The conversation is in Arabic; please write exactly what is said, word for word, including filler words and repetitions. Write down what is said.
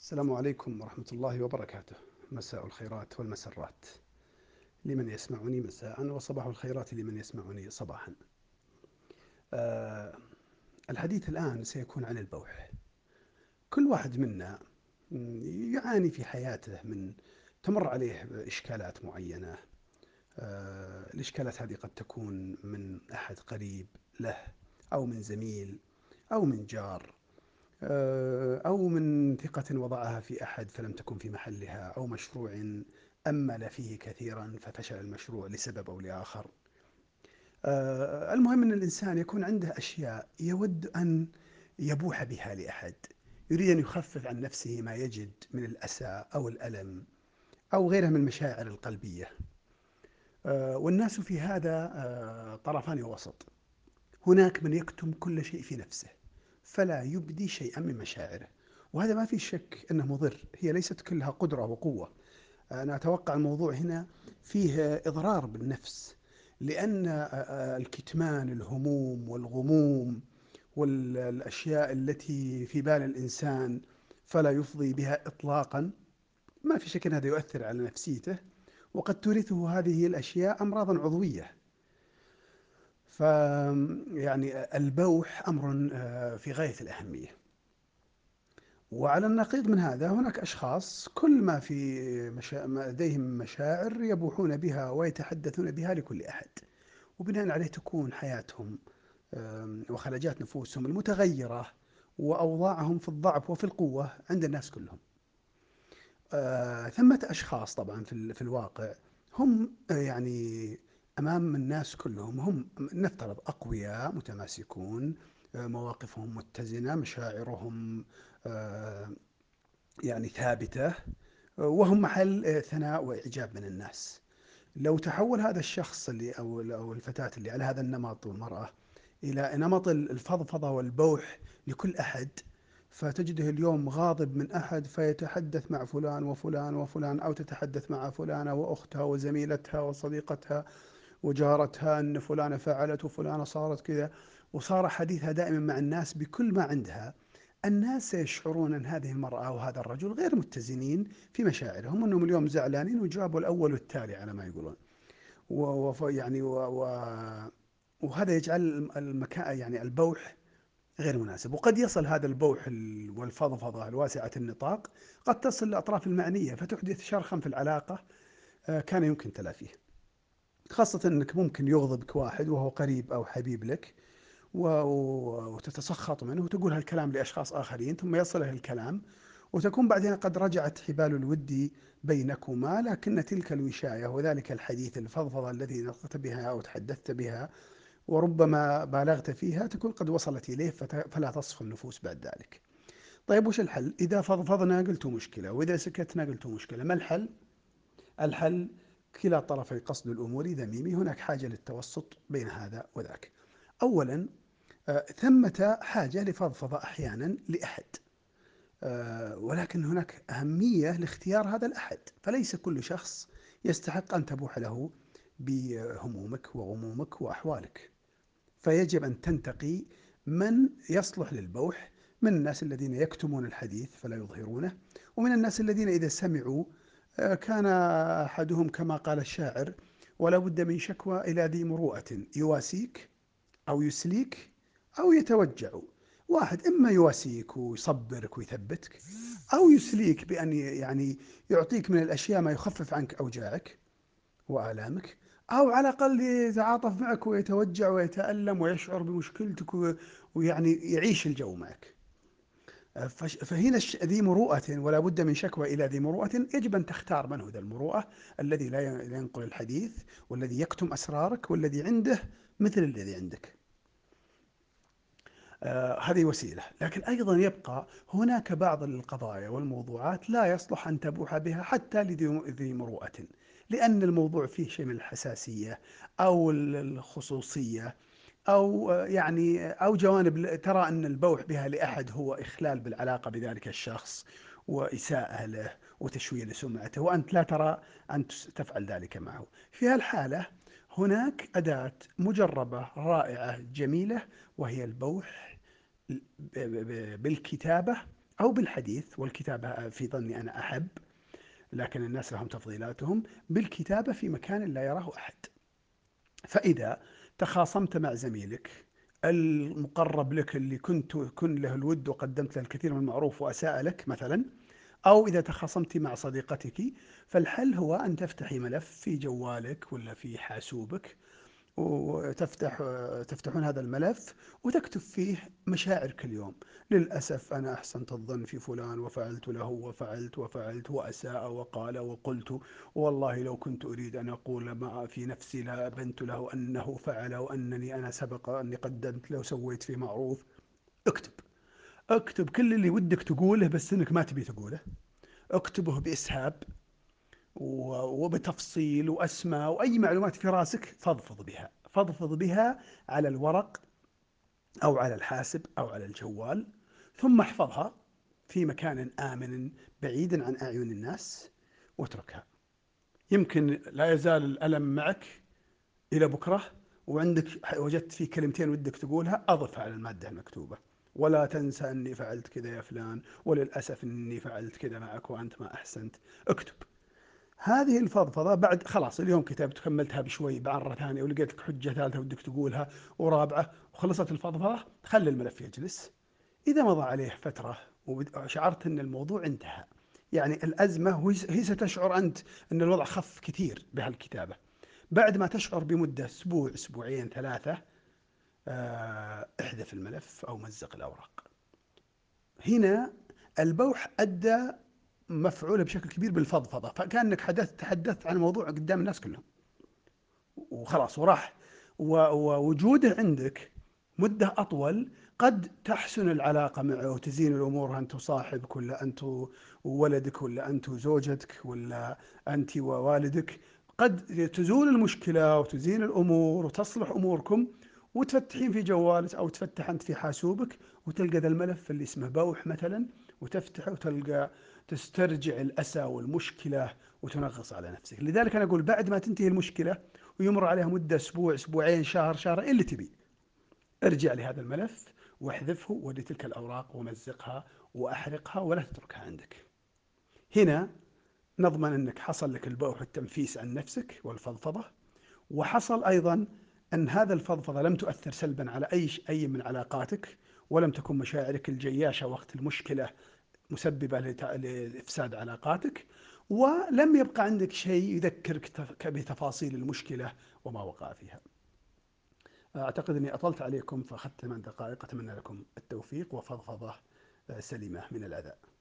السلام عليكم ورحمة الله وبركاته. مساء الخيرات والمسرات لمن يسمعني مساء، وصباح الخيرات لمن يسمعني صباحا. أه الحديث الآن سيكون عن البوح. كل واحد منا يعاني في حياته من تمر عليه إشكالات معينة. أه الإشكالات هذه قد تكون من أحد قريب له، أو من زميل، أو من جار، آه، أو من ثقة وضعها في أحد فلم تكن في محلها، أو مشروع أمل فيه كثيرا ففشل المشروع لسبب أو لآخر. آه، المهم أن الإنسان يكون عنده أشياء يود أن يبوح بها لأحد، يريد أن يخفف عن نفسه ما يجد من الأسى أو الألم أو غيرها من المشاعر القلبية. آه، والناس في هذا آه، طرفان وسط. هناك من يكتم كل شيء في نفسه فلا يبدي شيئا من مشاعره، وهذا ما في شك أنه مضر. هي ليست كلها قدرة وقوة. أنا أتوقع الموضوع هنا فيه إضرار بالنفس، لأن الكتمان، الهموم والغموم والأشياء التي في بال الإنسان فلا يفضي بها إطلاقا، ما في شك أن هذا يؤثر على نفسيته، وقد تورثه هذه الأشياء أمراضا عضوية. ف يعني البوح أمر آه، في غاية الأهمية. وعلى النقيض من هذا هناك أشخاص كل ما في مشا... ما لديهم مشاعر يبوحون بها ويتحدثون بها لكل أحد، وبناء عليه تكون حياتهم آم، وخلجات نفوسهم المتغيرة وأوضاعهم في الضعف وفي القوة عند الناس كلهم. آه، ثمة أشخاص طبعا في, ال... في الواقع هم آه، يعني أمام الناس كلهم هم نفترض أقوياء متماسكون، آه، مواقفهم متزنة، مشاعرهم آه، يعني ثابتة، وهم محل آه، ثناء وإعجاب من الناس. لو تحول هذا الشخص اللي أو أو الفتاة اللي على هذا النمط، والمرأة، إلى نمط الفضفضة والبوح لكل أحد، فتجده اليوم غاضب من أحد فيتحدث مع فلان وفلان وفلان، أو تتحدث مع فلانة وأختها وزميلتها وصديقتها وجارتها أن فلانة فعلت وفلانة صارت كذا، وصار حديثها دائما مع الناس بكل ما عندها. الناس سيشعرون أن هذه المرأة أو هذا الرجل غير متزنين في مشاعرهم، أنهم اليوم زعلانين وجابوا الأول والتالي على ما يقولون. و يعني و و وهذا يجعل المكان يعني البوح غير مناسب. وقد يصل هذا البوح والفضفضة الواسعة النطاق قد تصل للأطراف المعنية فتحدث شرخا في العلاقة آه، كان يمكن تلافيه. خاصة أنك ممكن يغضبك واحد وهو قريب أو حبيب لك، وتتسخط منه وتقول هالكلام لأشخاص آخرين، ثم يصله الكلام وتكون بعدين قد رجعت حبال الود بينكما، لكن تلك الوشاية وذلك الحديث الفضفضة الذي نطقت بها أو تحدثت بها وربما بالغت فيها تكون قد وصلت إليه، فلا تصفو النفوس بعد ذلك. طيب وش الحل؟ إذا فضفضنا قلتوا مشكلة، وإذا سكتنا قلتوا مشكلة. ما الحل؟ الحل كلا طرفي قصد الأمور ذميم، هناك حاجة للتوسط بين هذا وذاك. أولا آه، ثمة حاجة لفضفضة أحيانا لأحد، آه، ولكن هناك أهمية لاختيار هذا الأحد، فليس كل شخص يستحق أن تبوح له بهمومك وغمومك وأحوالك، فيجب أن تنتقي من يصلح للبوح من الناس الذين يكتمون الحديث فلا يظهرونه، ومن الناس الذين إذا سمعوا آه، كان أحدهم كما قال الشاعر: ولا بد من شكوى إلى ذي مروءة يواسيك أو يسليك أو يتوجع. واحد إما يواسيك ويصبرك ويثبتك، أو يسليك بأن يعني يعطيك من الأشياء ما يخفف عنك أوجاعك وآلامك، أو على الأقل يتعاطف معك ويتوجع ويتألم ويشعر بمشكلتك ويعني يعيش الجو معك. فهنا ذي مروءة، ولا بد من شكوى إلى ذي مروءة. يجب أن تختار من هو ذا المروءة الذي لا ينقل الحديث، والذي يكتم أسرارك، والذي عنده مثل الذي عندك. آه هذه وسيلة، لكن أيضا يبقى هناك بعض القضايا والموضوعات لا يصلح أن تبوح بها حتى لذي مروءة، لأن الموضوع فيه شيء من الحساسية أو الخصوصية، أو آه، يعني أو جوانب ترى أن البوح بها لأحد هو إخلال بالعلاقة بذلك الشخص وإساءة له وتشويه لسمعته، وأنت لا ترى أن تفعل ذلك معه. في هالحالة هناك أداة مجربة رائعة جميلة، وهي البوح بالكتابة أو بالحديث، والكتابة في ظني أنا أحب، لكن الناس لهم تفضيلاتهم، بالكتابة في مكان لا يراه أحد. فإذا تخاصمت مع زميلك المقرب لك اللي كنت كن له الود وقدمت له الكثير من المعروف وأساء لك مثلا، أو إذا تخاصمت مع صديقتك، فالحل هو أن تفتحي ملف في جوالك ولا في حاسوبك، وتفتح تفتحون هذا الملف وتكتب فيه مشاعرك اليوم. للأسف أنا أحسنت الظن في فلان وفعلت له وفعلت وفعلت وأساء وقال وقلت، والله لو كنت أريد أن أقول ما في نفسي لأبنت له أنه فعل، وأنني أنا سبق أني قدمت له وسويت فيه معروف. اكتب. اكتب كل اللي ودك تقوله بس انك ما تبي تقوله. اكتبه بإسهاب وبتفصيل وأسماء، وأي معلومات في راسك فضفض بها، فضفض بها على الورق أو على الحاسب أو على الجوال، ثم احفظها في مكان آمن بعيدا عن أعين الناس واتركها. يمكن لا يزال الألم معك إلى بكرة، وعندك وجدت فيه كلمتين ودك تقولها، أضفها على المادة المكتوبة. ولا تنسى أني فعلت كذا يا فلان، وللأسف أني فعلت كذا معك وأنت ما أحسنت. اكتب هذه الفضفضة. بعد خلاص اليوم كتبت كملتها بشوي بعرة ثانية، ولقيت لك حجة ثالثة ودك تقولها ورابعة، وخلصت الفضفضة، خلي الملف يجلس. إذا مضى عليه فترة وشعرت أن الموضوع انتهى، يعني الأزمة هي ستشعر أنت أن الوضع خف كثير بهالكتابة، بعد ما تشعر بمدة أسبوع أسبوعين ثلاثة، آه، احذف الملف أو مزق الأوراق. هنا البوح أدى مفعوله بشكل كبير بالفضفضة، فكأنك حدثت تحدثت عن الموضوع قدام الناس كلهم وخلاص وراح. ووجوده عندك مدة أطول قد تحسن العلاقة معه وتزين الأمور، أنت وصاحبك ولا أنت وولدك ولا أنت وزوجتك ولا أنت ووالدك، قد تزول المشكلة وتزين الأمور وتصلح أموركم، وتفتحين في جوالك أو تفتح أنت في حاسوبك وتلقى ذا الملف اللي اسمه بوح مثلا، وتفتحه وتلقى تسترجع الأسى والمشكلة وتنغص على نفسك. لذلك أنا أقول بعد ما تنتهي المشكلة ويمر عليها مدة أسبوع أسبوعين شهر شهر اللي تبي، ارجع لهذا الملف واحذفه ولتلك الأوراق ومزقها وأحرقها ولا تتركها عندك. هنا نضمن أنك حصل لك البوح والتنفيس عن نفسك والفضفضة، وحصل أيضا أن هذا الفضفضة لم تؤثر سلبا على أي أي من علاقاتك، ولم تكن مشاعرك الجياشة وقت المشكلة مسببة لإفساد علاقاتك، ولم يبقى عندك شيء يذكرك بتفاصيل المشكلة وما وقع فيها. أعتقد أني أطلت عليكم فأخذت ثمان دقائق، أتمنى لكم التوفيق وفضفضة سليمة من الأذى.